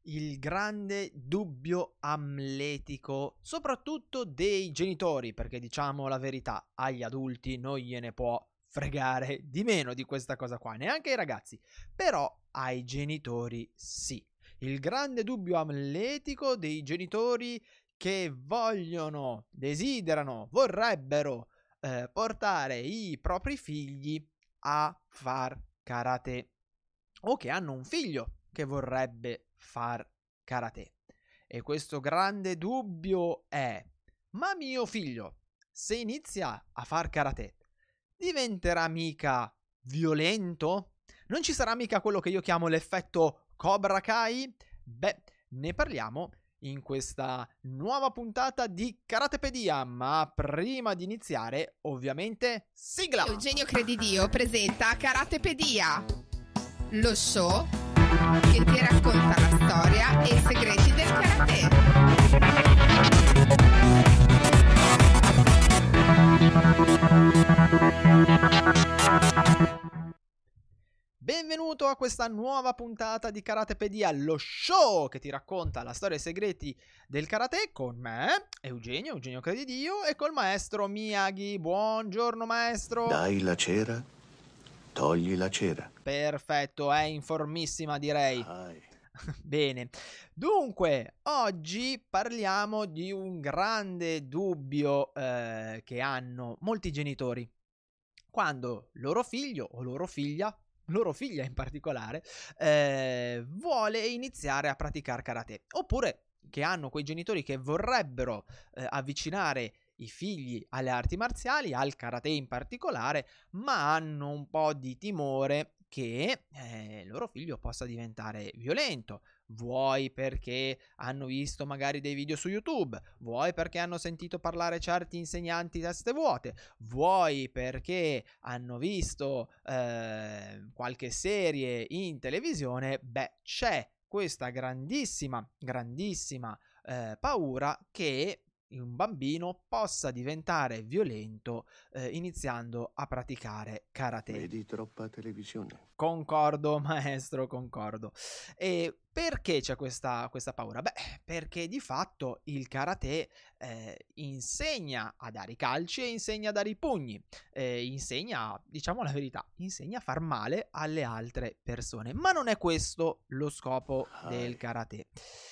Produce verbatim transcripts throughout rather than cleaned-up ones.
il grande dubbio amletico, soprattutto dei genitori, perché diciamo la verità, agli adulti non gliene può fregare di meno di questa cosa qua, neanche ai ragazzi, però ai genitori sì. Il grande dubbio amletico dei genitori che vogliono, desiderano, vorrebbero eh, portare i propri figli a far karate, o che hanno un figlio che vorrebbe far karate. E questo grande dubbio è: ma mio figlio, se inizia a far karate, diventerà mica violento? Non ci sarà mica quello che io chiamo l'effetto Cobra Kai? Beh, ne parliamo in questa nuova puntata di Karatepedia, ma prima di iniziare, ovviamente, sigla! Eugenio Credidio presenta Karatepedia, lo show che ti racconta la storia e i segreti del karate. Benvenuto a questa nuova puntata di Karatepedia, lo show che ti racconta la storia e i segreti del karate, con me, Eugenio, Eugenio Credidio, e col maestro Miyagi. Buongiorno maestro. Dai la cera, togli la cera. Perfetto, è informissima direi. Dai. Bene, dunque oggi parliamo di un grande dubbio eh, che hanno molti genitori quando loro figlio o loro figlia, loro figlia in particolare, eh, vuole iniziare a praticare karate, oppure che hanno quei genitori che vorrebbero eh, avvicinare i figli alle arti marziali, al karate in particolare, ma hanno un po' di timore che eh, il loro figlio possa diventare violento. Vuoi perché hanno visto magari dei video su YouTube, vuoi perché hanno sentito parlare certi insegnanti teste vuote, vuoi perché hanno visto eh, qualche serie in televisione. Beh, c'è questa grandissima, grandissima eh, paura che un bambino possa diventare violento eh, iniziando a praticare karate. Vedi troppa televisione. Concordo, maestro, concordo. E perché c'è questa, questa paura? Beh, perché di fatto il karate eh, insegna a dare i calci e insegna a dare i pugni, eh, insegna, diciamo la verità, insegna a far male alle altre persone, ma non è questo lo scopo del karate.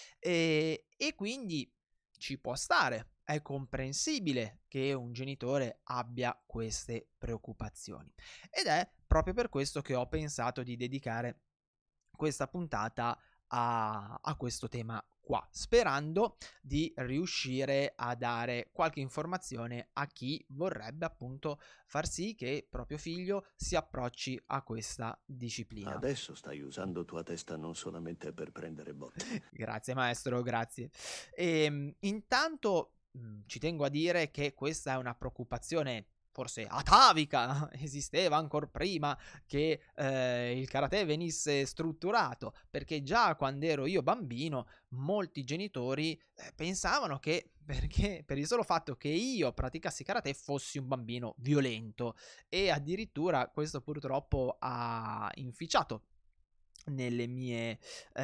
E, e quindi ci può stare. È comprensibile che un genitore abbia queste preoccupazioni ed è proprio per questo che ho pensato di dedicare questa puntata a, a questo tema qua, sperando di riuscire a dare qualche informazione a chi vorrebbe appunto far sì che il proprio figlio si approcci a questa disciplina. Adesso stai usando tua testa non solamente per prendere botte. Grazie maestro, grazie. E, intanto mh, ci tengo a dire che questa è una preoccupazione forse atavica, esisteva ancora prima che eh, il karate venisse strutturato, perché già quando ero io bambino molti genitori eh, pensavano che perché per il solo fatto che io praticassi karate fossi un bambino violento, e addirittura questo purtroppo ha inficiato nelle mie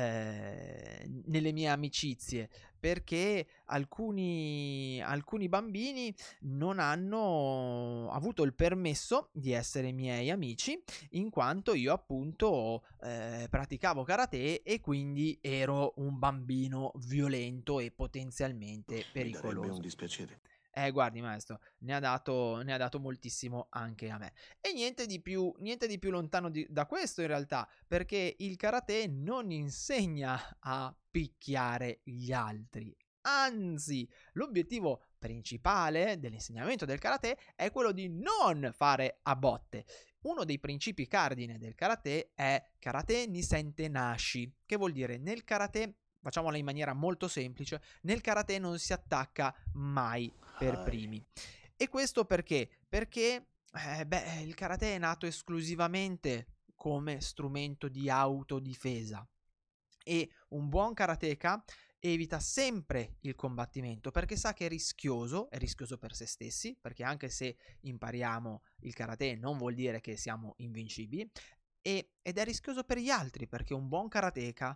eh, nelle mie amicizie, perché alcuni alcuni bambini non hanno avuto il permesso di essere miei amici, in quanto io appunto eh, praticavo karate e quindi ero un bambino violento e potenzialmente Mi darebbe un pericoloso. dispiacere. Eh, guardi, maestro, ne ha dato, ne ha dato moltissimo anche a me. E niente di più, niente di più lontano di- da questo in realtà, perché il karate non insegna a picchiare gli altri. Anzi, l'obiettivo principale dell'insegnamento del karate è quello di non fare a botte. Uno dei principi cardine del karate è karate nisente nashi, che vuol dire nel karate, facciamola in maniera molto semplice, nel karate non si attacca mai per Dai. primi. E questo perché? Perché eh, beh, il karate è nato esclusivamente come strumento di autodifesa, e un buon karateka evita sempre il combattimento perché sa che è rischioso, è rischioso per se stessi, perché anche se impariamo il karate non vuol dire che siamo invincibili, e, ed è rischioso per gli altri perché un buon karateka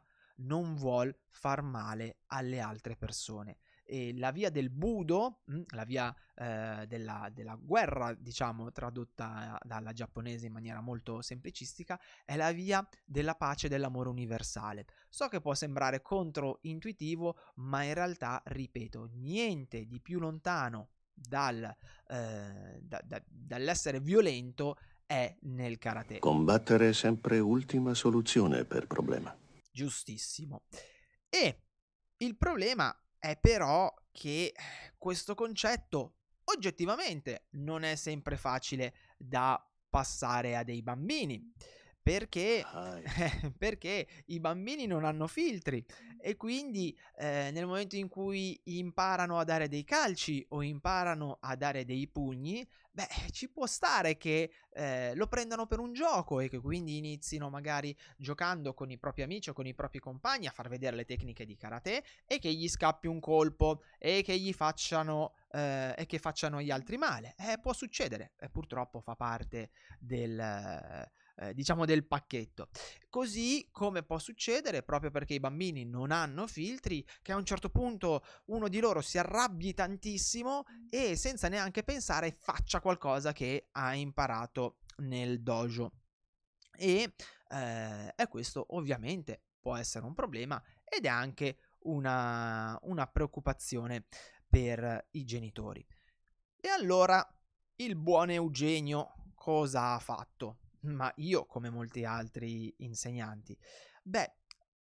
non vuol far male alle altre persone. E la via del Budo, mh, la via eh, della, della guerra, diciamo, tradotta dalla giapponese in maniera molto semplicistica, è la via della pace e dell'amore universale. So che può sembrare controintuitivo, ma in realtà, ripeto, niente di più lontano dal, eh, da, da, dall'essere violento è nel karate. Combattere è sempre ultima soluzione per problema. Giustissimo. E il problema è però che questo concetto oggettivamente non è sempre facile da passare a dei bambini, perché, eh, perché i bambini non hanno filtri e quindi eh, nel momento in cui imparano a dare dei calci o imparano a dare dei pugni, beh, ci può stare che eh, lo prendano per un gioco e che quindi inizino magari giocando con i propri amici o con i propri compagni a far vedere le tecniche di karate e che gli scappi un colpo e che gli facciano eh, e che facciano gli altri male. Eh, può succedere, e purtroppo fa parte del eh, diciamo del pacchetto. Così come può succedere, proprio perché i bambini non hanno filtri, che a un certo punto uno di loro si arrabbi tantissimo e senza neanche pensare faccia qualcosa che ha imparato nel dojo. E, eh, e questo ovviamente può essere un problema ed è anche una, una preoccupazione per i genitori. E allora il buon Eugenio cosa ha fatto? Ma io, come molti altri insegnanti, beh,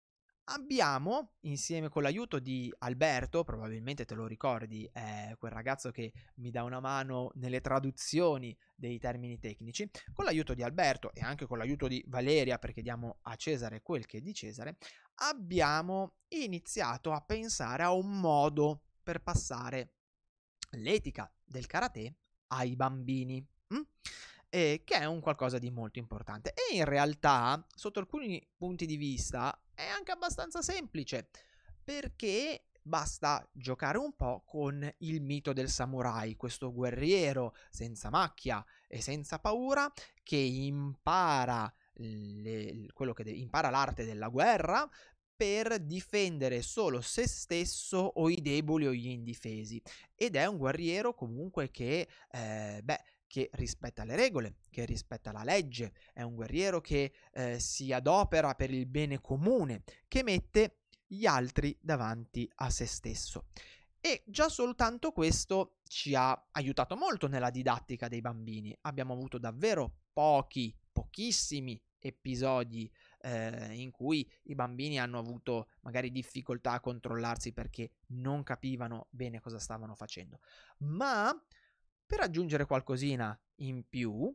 abbiamo, insieme con l'aiuto di Alberto, probabilmente te lo ricordi, è quel ragazzo che mi dà una mano nelle traduzioni dei termini tecnici, con l'aiuto di Alberto e anche con l'aiuto di Valeria, perché diamo a Cesare quel che è di Cesare, abbiamo iniziato a pensare a un modo per passare l'etica del karate ai bambini. Mm? Eh, che è un qualcosa di molto importante e in realtà sotto alcuni punti di vista è anche abbastanza semplice, perché basta giocare un po' con il mito del samurai, questo guerriero senza macchia e senza paura che impara le, quello che de- impara l'arte della guerra per difendere solo se stesso o i deboli o gli indifesi, ed è un guerriero comunque che eh, beh che rispetta le regole, che rispetta la legge, è un guerriero che eh, si adopera per il bene comune, che mette gli altri davanti a se stesso. E già soltanto questo ci ha aiutato molto nella didattica dei bambini. Abbiamo avuto davvero pochi, pochissimi episodi eh, in cui i bambini hanno avuto magari difficoltà a controllarsi perché non capivano bene cosa stavano facendo. Ma per aggiungere qualcosina in più,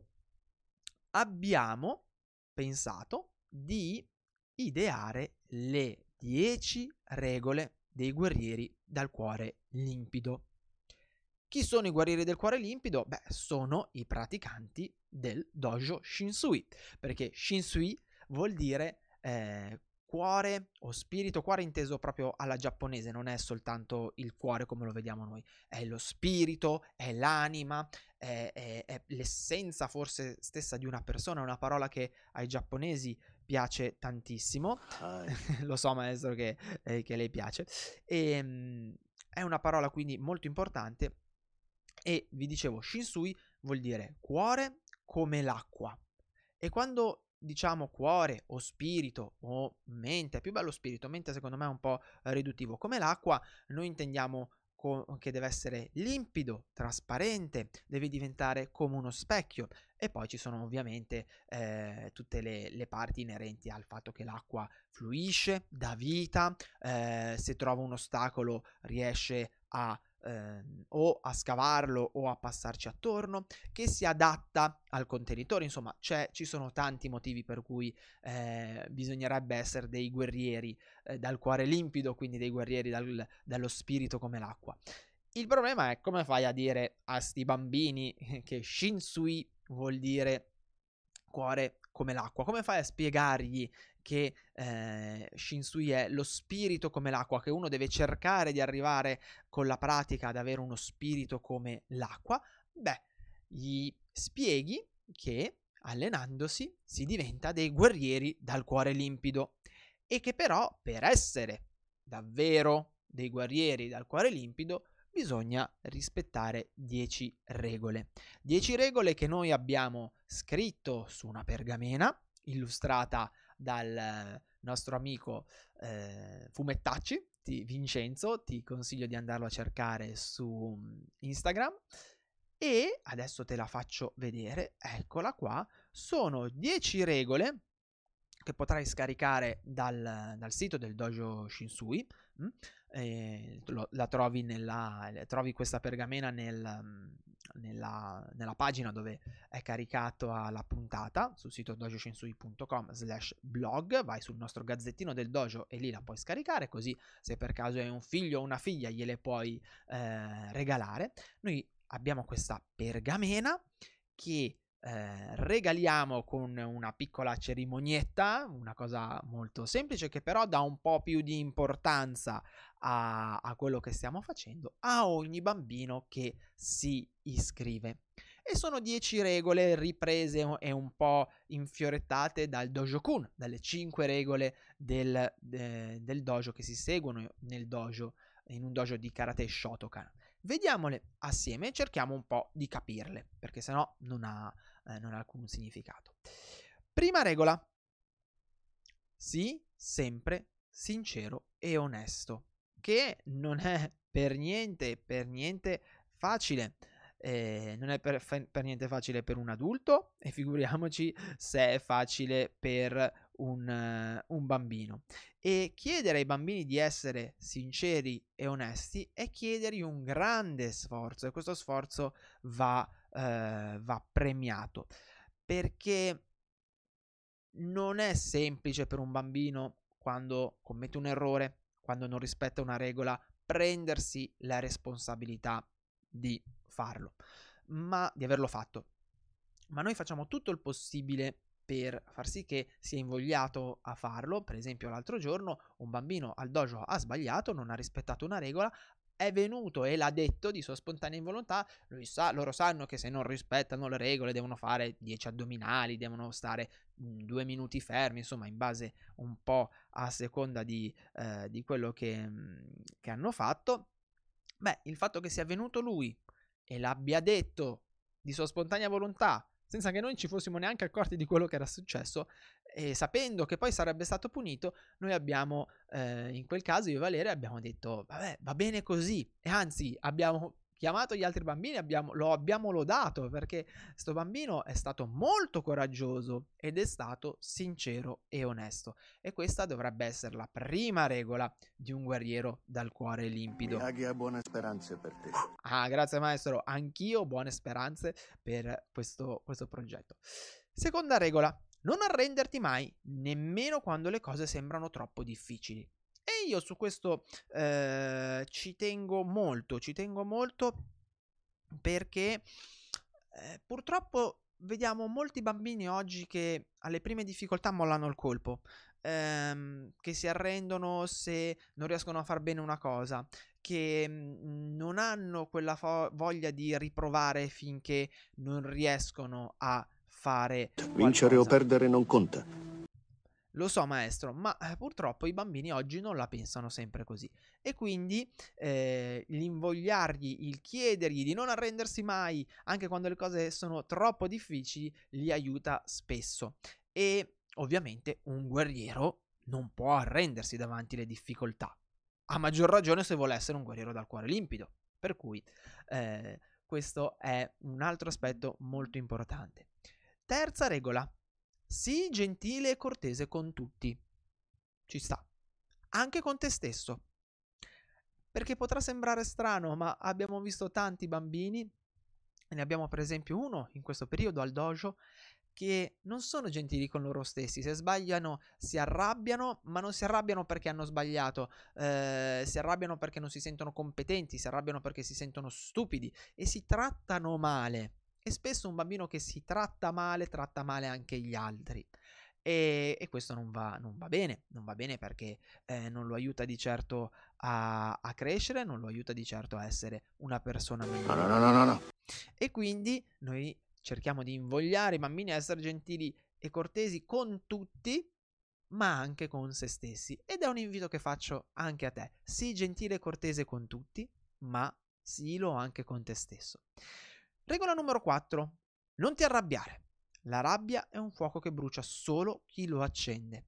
abbiamo pensato di ideare le dieci regole dei guerrieri dal cuore limpido. Chi sono i guerrieri del cuore limpido? Beh, sono i praticanti del dojo Shinsui, perché Shinsui vuol dire eh, cuore o spirito, cuore inteso proprio alla giapponese, non è soltanto il cuore come lo vediamo noi, è lo spirito, è l'anima, è, è, è l'essenza forse stessa di una persona, è una parola che ai giapponesi piace tantissimo, lo so maestro che, eh, che lei piace, e, mh, è una parola quindi molto importante. E vi dicevo, Shinsui vuol dire cuore come l'acqua. E quando diciamo cuore o spirito o mente, è più bello spirito, mente secondo me è un po' riduttivo, come l'acqua noi intendiamo co- che deve essere limpido, trasparente, deve diventare come uno specchio. E poi ci sono ovviamente eh, tutte le, le parti inerenti al fatto che l'acqua fluisce, dà vita, eh, se trova un ostacolo riesce a Ehm, o a scavarlo o a passarci attorno, che si adatta al contenitore. Insomma, c'è, ci sono tanti motivi per cui eh, bisognerebbe essere dei guerrieri eh, dal cuore limpido, quindi dei guerrieri dal, dallo spirito come l'acqua. Il problema è come fai a dire a sti bambini che Shinsui vuol dire cuore come l'acqua, come fai a spiegargli che eh, Shinsui è lo spirito come l'acqua, che uno deve cercare di arrivare con la pratica ad avere uno spirito come l'acqua? Beh, gli spieghi che allenandosi si diventa dei guerrieri dal cuore limpido. e che però per essere davvero dei guerrieri dal cuore limpido bisogna rispettare dieci regole. dieci regole che noi abbiamo scritto su una pergamena illustrata dal nostro amico eh, Fumettacci, ti, Vincenzo, ti consiglio di andarlo a cercare su Instagram. E adesso te la faccio vedere, eccola qua, sono dieci regole che potrai scaricare dal, dal sito del Dojo Shinsui. Mh? Eh, lo, la trovi nella trovi questa pergamena nel, nella, nella pagina dove è caricato la puntata sul sito dojoshinsui punto com slash blog. Vai sul nostro gazzettino del dojo e lì la puoi scaricare, così se per caso hai un figlio o una figlia gliele puoi eh, regalare. Noi abbiamo questa pergamena che Eh, regaliamo con una piccola cerimonietta, una cosa molto semplice che però dà un po' più di importanza a, a quello che stiamo facendo a ogni bambino che si iscrive. E sono dieci regole riprese e un po' infiorettate dal Dojo-kun, dalle cinque regole del, de, del dojo che si seguono nel dojo, in un dojo di karate Shotokan. Vediamole assieme e cerchiamo un po' di capirle, perché sennò non ha Eh, non ha alcun significato. Prima regola: sii sempre sincero e onesto, che non è per niente, per niente facile. Eh, non è per, per niente facile per un adulto, e figuriamoci se è facile per un, uh, un bambino. E chiedere ai bambini di essere sinceri e onesti è chiedergli un grande sforzo, e questo sforzo va Uh, va premiato, perché non è semplice per un bambino, quando commette un errore, quando non rispetta una regola, prendersi la responsabilità di farlo, ma di averlo fatto. Ma noi facciamo tutto il possibile per far sì che sia invogliato a farlo. Per esempio, l'altro giorno un bambino al dojo ha sbagliato, non ha rispettato una regola, è venuto e l'ha detto di sua spontanea volontà. Lui sa, loro sanno che se non rispettano le regole devono fare dieci addominali, devono stare mh, due minuti fermi, insomma, in base un po' a seconda di, eh, di quello che, mh, che hanno fatto. Beh, il fatto che sia venuto lui e l'abbia detto di sua spontanea volontà, senza che noi ci fossimo neanche accorti di quello che era successo, e sapendo che poi sarebbe stato punito, noi abbiamo, eh, in quel caso io e Valeria abbiamo detto vabbè, va bene così, e anzi abbiamo chiamato gli altri bambini, abbiamo, lo abbiamo lodato, perché sto bambino è stato molto coraggioso ed è stato sincero e onesto, e questa dovrebbe essere la prima regola di un guerriero dal cuore limpido. Miyagi ha buone speranze per te. Ah, grazie maestro, anch'io ho buone speranze per questo, questo progetto. Seconda regola: non arrenderti mai, nemmeno quando le cose sembrano troppo difficili. E io su questo eh, ci tengo molto, ci tengo molto perché eh, purtroppo vediamo molti bambini oggi che alle prime difficoltà mollano il colpo, ehm, che si arrendono se non riescono a far bene una cosa, che mh, non hanno quella fo- voglia di riprovare finché non riescono a fare qualcosa. Vincere o perdere non conta. Lo so maestro, ma eh, purtroppo i bambini oggi non la pensano sempre così, e quindi eh, l'invogliargli, il chiedergli di non arrendersi mai, anche quando le cose sono troppo difficili, li aiuta spesso. E ovviamente un guerriero non può arrendersi davanti alle difficoltà, a maggior ragione se vuole essere un guerriero dal cuore limpido, per cui eh, questo è un altro aspetto molto importante. Terza regola: sii gentile e cortese con tutti. Ci sta. Anche con te stesso. Perché potrà sembrare strano, ma abbiamo visto tanti bambini, ne abbiamo per esempio uno in questo periodo al dojo, che non sono gentili con loro stessi. Se sbagliano si arrabbiano, ma non si arrabbiano perché hanno sbagliato, eh, si arrabbiano perché non si sentono competenti, si arrabbiano perché si sentono stupidi e si trattano male. E spesso un bambino che si tratta male, tratta male anche gli altri. E, e questo non va, non va bene, non va bene perché eh, non lo aiuta di certo a, a crescere, non lo aiuta di certo a essere una persona migliore. No, no, no, no, no. E quindi noi cerchiamo di invogliare i bambini a essere gentili e cortesi con tutti, ma anche con se stessi. Ed è un invito che faccio anche a te. Sii gentile e cortese con tutti, ma silo anche con te stesso. Regola numero quattro. Non ti arrabbiare. La rabbia è un fuoco che brucia solo chi lo accende.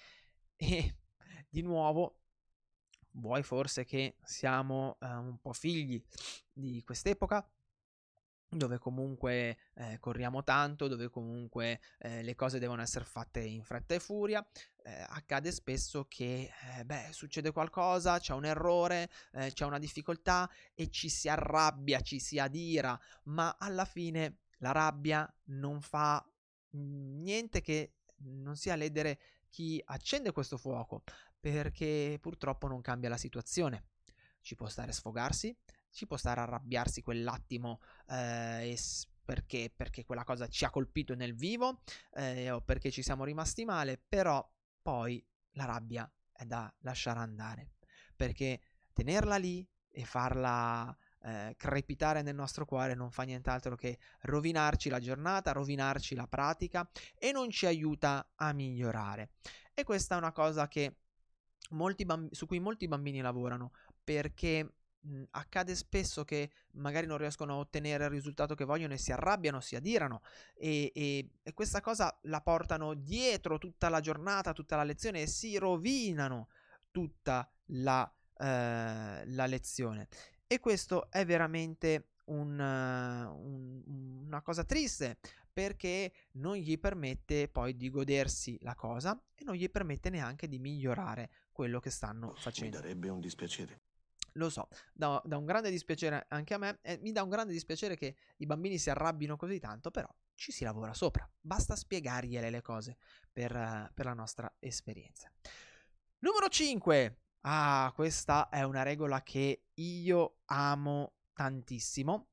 E di nuovo, vuoi forse che siamo eh, un po' figli di quest'epoca, dove comunque eh, corriamo tanto, dove comunque eh, le cose devono essere fatte in fretta e furia, eh, accade spesso che eh, beh, succede qualcosa, c'è un errore, eh, c'è una difficoltà e ci si arrabbia, ci si adira, ma alla fine la rabbia non fa mh, niente che non sia ledere chi accende questo fuoco, perché purtroppo non cambia la situazione. Ci può stare sfogarsi, ci può stare arrabbiarsi quell'attimo eh, perché, perché quella cosa ci ha colpito nel vivo eh, o perché ci siamo rimasti male, però poi la rabbia è da lasciare andare, perché tenerla lì e farla eh, crepitare nel nostro cuore non fa nient'altro che rovinarci la giornata, rovinarci la pratica e non ci aiuta a migliorare. E questa è una cosa che molti bamb- su cui molti bambini lavorano, perché mh, accade spesso che magari non riescono a ottenere il risultato che vogliono e si arrabbiano, si adirano e, e, e questa cosa la portano dietro tutta la giornata, tutta la lezione e si rovinano tutta la, eh, la lezione. E questo è veramente un, uh, un, una cosa triste, perché non gli permette poi di godersi la cosa e non gli permette neanche di migliorare quello che stanno facendo. Mi darebbe un dispiacere. Lo so, da, da un grande dispiacere anche a me, e mi dà un grande dispiacere che i bambini si arrabbino così tanto, però ci si lavora sopra, basta spiegargliele le cose per, uh, per la nostra esperienza. Numero cinque. Ah, questa è una regola che io amo tantissimo,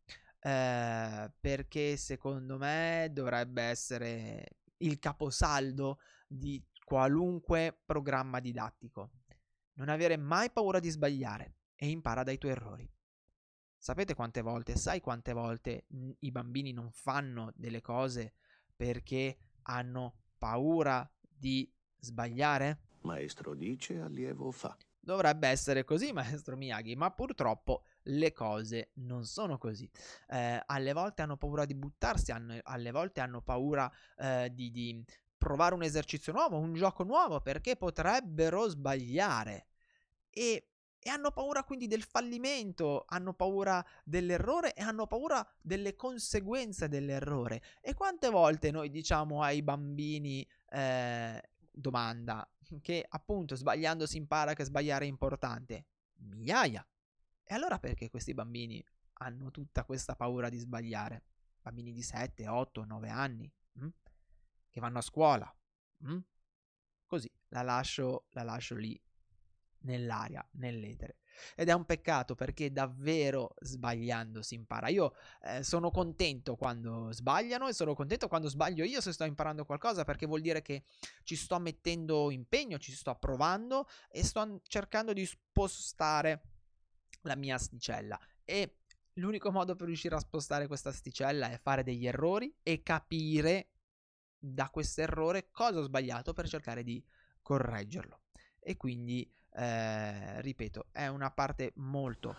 eh, perché secondo me dovrebbe essere il caposaldo di qualunque programma didattico. Non avere mai paura di sbagliare e impara dai tuoi errori. Sapete quante volte, sai quante volte mh, i bambini non fanno delle cose perché hanno paura di sbagliare? Maestro dice, allievo fa. Dovrebbe essere così, maestro Miyagi, ma purtroppo le cose non sono così. Eh, alle volte hanno paura di buttarsi, hanno, alle volte hanno paura eh, di, di provare un esercizio nuovo, un gioco nuovo, perché potrebbero sbagliare. E, e hanno paura quindi del fallimento, hanno paura dell'errore e hanno paura delle conseguenze dell'errore. E quante volte noi diciamo ai bambini, eh, domanda, che appunto sbagliando si impara che sbagliare è importante? Migliaia. E allora perché questi bambini hanno tutta questa paura di sbagliare? Bambini di sette, otto, nove anni, hm? Che vanno a scuola. Hm? Così, la lascio, la lascio lì nell'aria, nell'etere. Ed è un peccato, perché davvero sbagliando si impara. Io eh, sono contento quando sbagliano e sono contento quando sbaglio io se sto imparando qualcosa, perché vuol dire che ci sto mettendo impegno, ci sto provando e sto cercando di spostare la mia asticella. E l'unico modo per riuscire a spostare questa asticella è fare degli errori e capire da questo errore cosa ho sbagliato per cercare di correggerlo. E quindi eh, ripeto, è una parte molto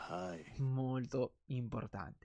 molto importante.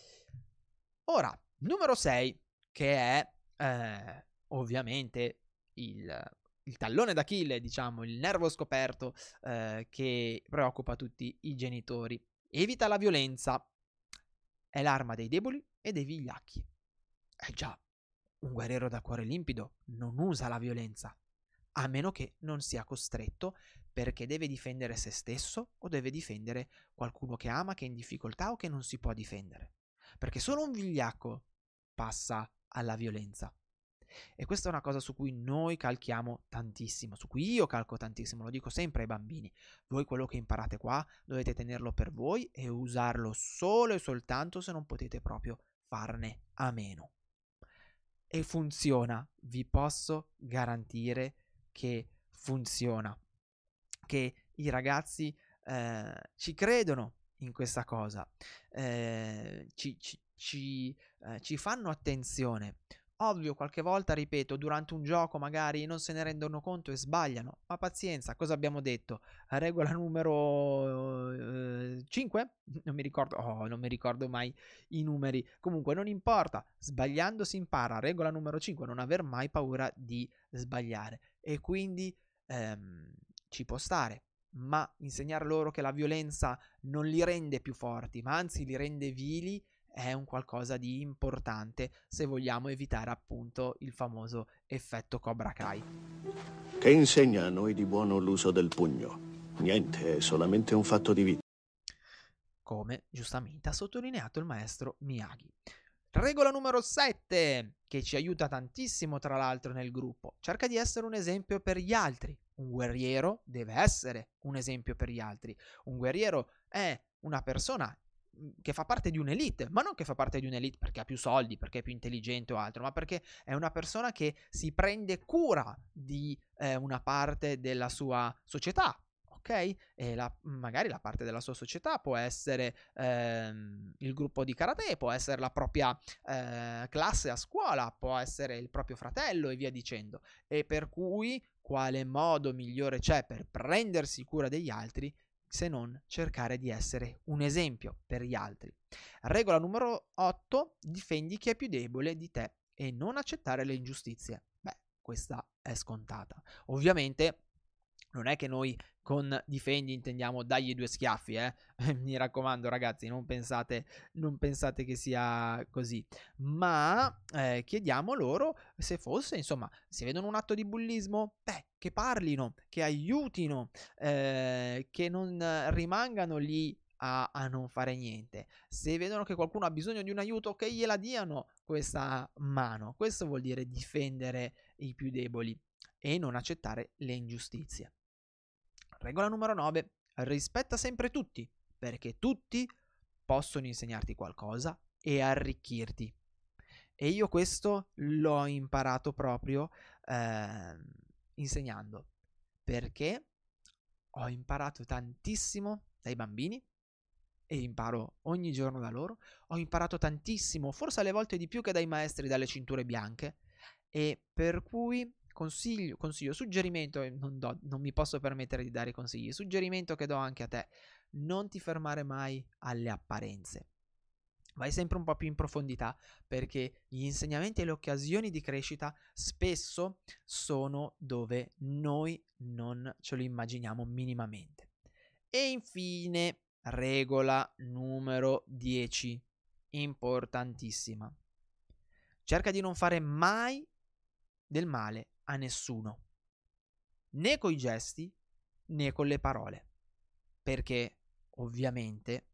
Ora, numero sei, che è eh, ovviamente il, il tallone d'Achille, diciamo, il nervo scoperto eh, che preoccupa tutti i genitori. Evita la violenza. È l'arma dei deboli e dei vigliacchi. Eh già, un guerriero da cuore limpido non usa la violenza, a meno che non sia costretto, perché deve difendere se stesso o deve difendere qualcuno che ama, che è in difficoltà o che non si può difendere. Perché solo un vigliacco passa alla violenza. E questa è una cosa su cui noi calchiamo tantissimo, su cui io calco tantissimo, lo dico sempre ai bambini. Voi quello che imparate qua dovete tenerlo per voi e usarlo solo e soltanto se non potete proprio farne a meno. E funziona, vi posso garantire che funziona, che i ragazzi eh, ci credono in questa cosa, eh, ci, ci, ci, eh, ci fanno attenzione Ovvio, qualche volta, ripeto, durante un gioco magari non se ne rendono conto e sbagliano, ma pazienza, cosa abbiamo detto? Regola numero eh, cinque? Non mi ricordo, oh, non mi ricordo mai i numeri. Comunque non importa, sbagliando si impara. Regola numero cinque, non aver mai paura di sbagliare. E quindi ehm, ci può stare, ma insegnare loro che la violenza non li rende più forti, ma anzi li rende vili, è un qualcosa di importante se vogliamo evitare appunto il famoso effetto Cobra Kai. Che insegna a noi di buono l'uso del pugno? Niente, è solamente un fatto di vita. Come giustamente ha sottolineato il maestro Miyagi. Regola numero sette, che ci aiuta tantissimo tra l'altro nel gruppo. Cerca di essere un esempio per gli altri. Un guerriero deve essere un esempio per gli altri. Un guerriero è una persona che fa parte di un'elite, ma non che fa parte di un'elite perché ha più soldi, perché è più intelligente o altro, ma perché è una persona che si prende cura di eh, una parte della sua società. Ok? E la, magari la parte della sua società può essere ehm, il gruppo di karate, può essere la propria eh, classe a scuola, può essere il proprio fratello e via dicendo. E per cui quale modo migliore c'è per prendersi cura degli altri se non cercare di essere un esempio per gli altri. Regola numero otto, difendi chi è più debole di te e non accettare le ingiustizie. Beh, questa è scontata. Ovviamente non è che noi con difendi intendiamo dagli due schiaffi, eh? Mi raccomando ragazzi, non pensate, non pensate che sia così, ma eh, chiediamo loro se fosse, insomma, se vedono un atto di bullismo, beh, che parlino, che aiutino, eh, che non rimangano lì a, a non fare niente. Se vedono che qualcuno ha bisogno di un aiuto, che gliela diano questa mano. Questo vuol dire difendere i più deboli e non accettare le ingiustizie. Regola numero nove, rispetta sempre tutti, perché tutti possono insegnarti qualcosa e arricchirti. E io questo l'ho imparato proprio eh, insegnando, perché ho imparato tantissimo dai bambini e imparo ogni giorno da loro. Ho imparato tantissimo, forse alle volte di più che dai maestri dalle cinture bianche, e per cui consiglio, consiglio, suggerimento, non, do, non mi posso permettere di dare consigli, suggerimento che do anche a te: non ti fermare mai alle apparenze. Vai sempre un po' più in profondità, perché gli insegnamenti e le occasioni di crescita spesso sono dove noi non ce lo immaginiamo minimamente. E infine, regola numero dieci, importantissima. Cerca di non fare mai del male a nessuno, né coi gesti né con le parole, perché ovviamente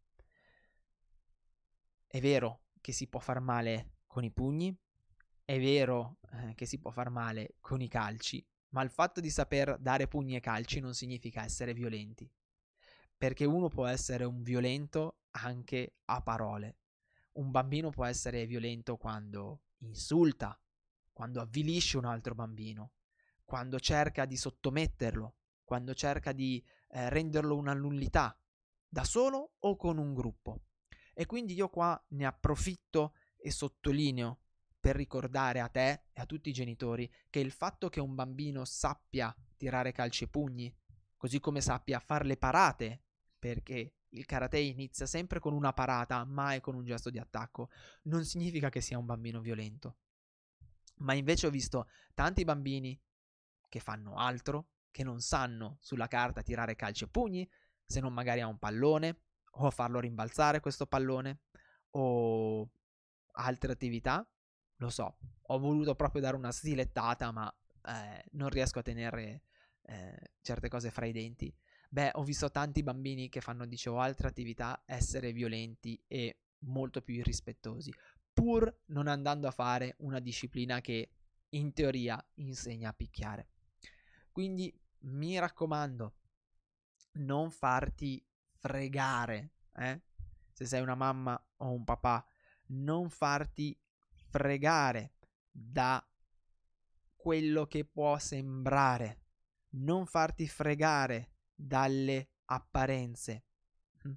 è vero che si può far male con i pugni, è vero eh, che si può far male con i calci, ma il fatto di saper dare pugni e calci non significa essere violenti, perché uno può essere un violento anche a parole. Un bambino può essere violento quando insulta, quando avvilisce un altro bambino, quando cerca di sottometterlo, quando cerca di eh, renderlo una nullità, da solo o con un gruppo. E quindi io qua ne approfitto e sottolineo per ricordare a te e a tutti i genitori che il fatto che un bambino sappia tirare calci e pugni, così come sappia fare le parate, perché il karate inizia sempre con una parata, mai con un gesto di attacco, non significa che sia un bambino violento. Ma invece ho visto tanti bambini che fanno altro, che non sanno sulla carta tirare calci e pugni, se non magari a un pallone, o a farlo rimbalzare questo pallone, o altre attività. Lo so, ho voluto proprio dare una stilettata, ma eh, non riesco a tenere eh, certe cose fra i denti. Beh, ho visto tanti bambini che fanno, dicevo, altre attività essere violenti e molto più irrispettosi, pur non andando a fare una disciplina che in teoria insegna a picchiare. Quindi mi raccomando, non farti fregare, eh? Se sei una mamma o un papà, non farti fregare da quello che può sembrare, non farti fregare dalle apparenze.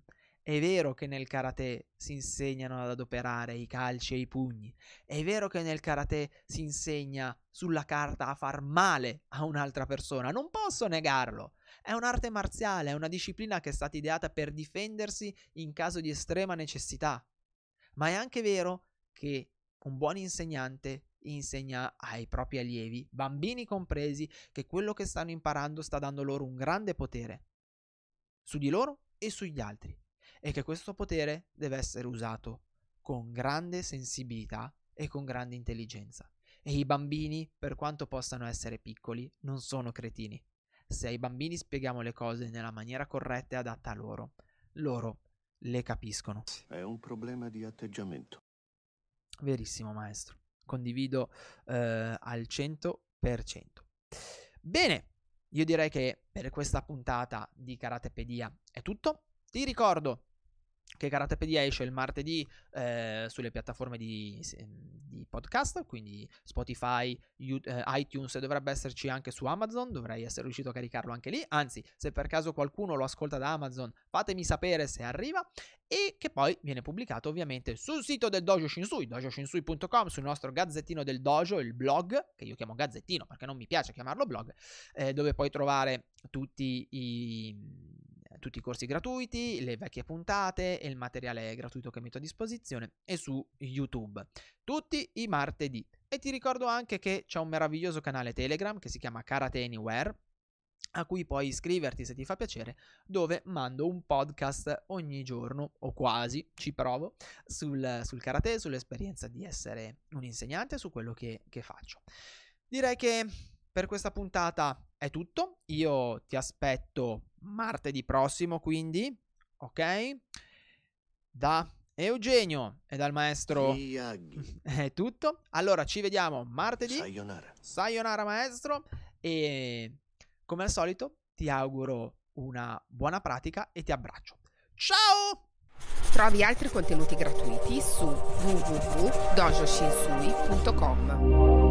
È vero che nel karate si insegnano ad adoperare i calci e i pugni. È vero che nel karate si insegna sulla carta a far male a un'altra persona. Non posso negarlo. È un'arte marziale, è una disciplina che è stata ideata per difendersi in caso di estrema necessità. Ma è anche vero che un buon insegnante insegna ai propri allievi, bambini compresi, che quello che stanno imparando sta dando loro un grande potere su di loro e sugli altri, e che questo potere deve essere usato con grande sensibilità e con grande intelligenza. E i bambini, per quanto possano essere piccoli, non sono cretini. Se ai bambini spieghiamo le cose nella maniera corretta e adatta a loro, loro le capiscono. È un problema di atteggiamento. Verissimo, maestro. Condivido eh, al cento per cento. Bene, io direi che per questa puntata di Karatepedia è tutto. Ti ricordo che Karatepedia esce il martedì eh, sulle piattaforme di, di podcast, quindi Spotify, YouTube, eh, iTunes, e dovrebbe esserci anche su Amazon. Dovrei essere riuscito a caricarlo anche lì. Anzi, se per caso qualcuno lo ascolta da Amazon, fatemi sapere se arriva. E che poi viene pubblicato ovviamente sul sito del Dojo Shinsui, dojo shinsui punto com, sul nostro gazzettino del dojo, il blog, che io chiamo gazzettino perché non mi piace chiamarlo blog, eh, dove puoi trovare tutti i... tutti i corsi gratuiti, le vecchie puntate e il materiale gratuito che metto a disposizione, e su YouTube tutti i martedì. E ti ricordo anche che c'è un meraviglioso canale Telegram che si chiama Karate Anywhere, a cui puoi iscriverti se ti fa piacere, dove mando un podcast ogni giorno, o quasi, ci provo, sul, sul karate, sull'esperienza di essere un insegnante, su quello che, che faccio. Direi che per questa puntata è tutto. Io ti aspetto martedì prossimo, quindi, ok? Da Eugenio e dal maestro Miyagi. è tutto. Allora ci vediamo martedì. Sayonara. Sayonara, maestro. E come al solito ti auguro una buona pratica e ti abbraccio. Ciao! Trovi altri contenuti gratuiti su w w w punto dojo shinsui punto com.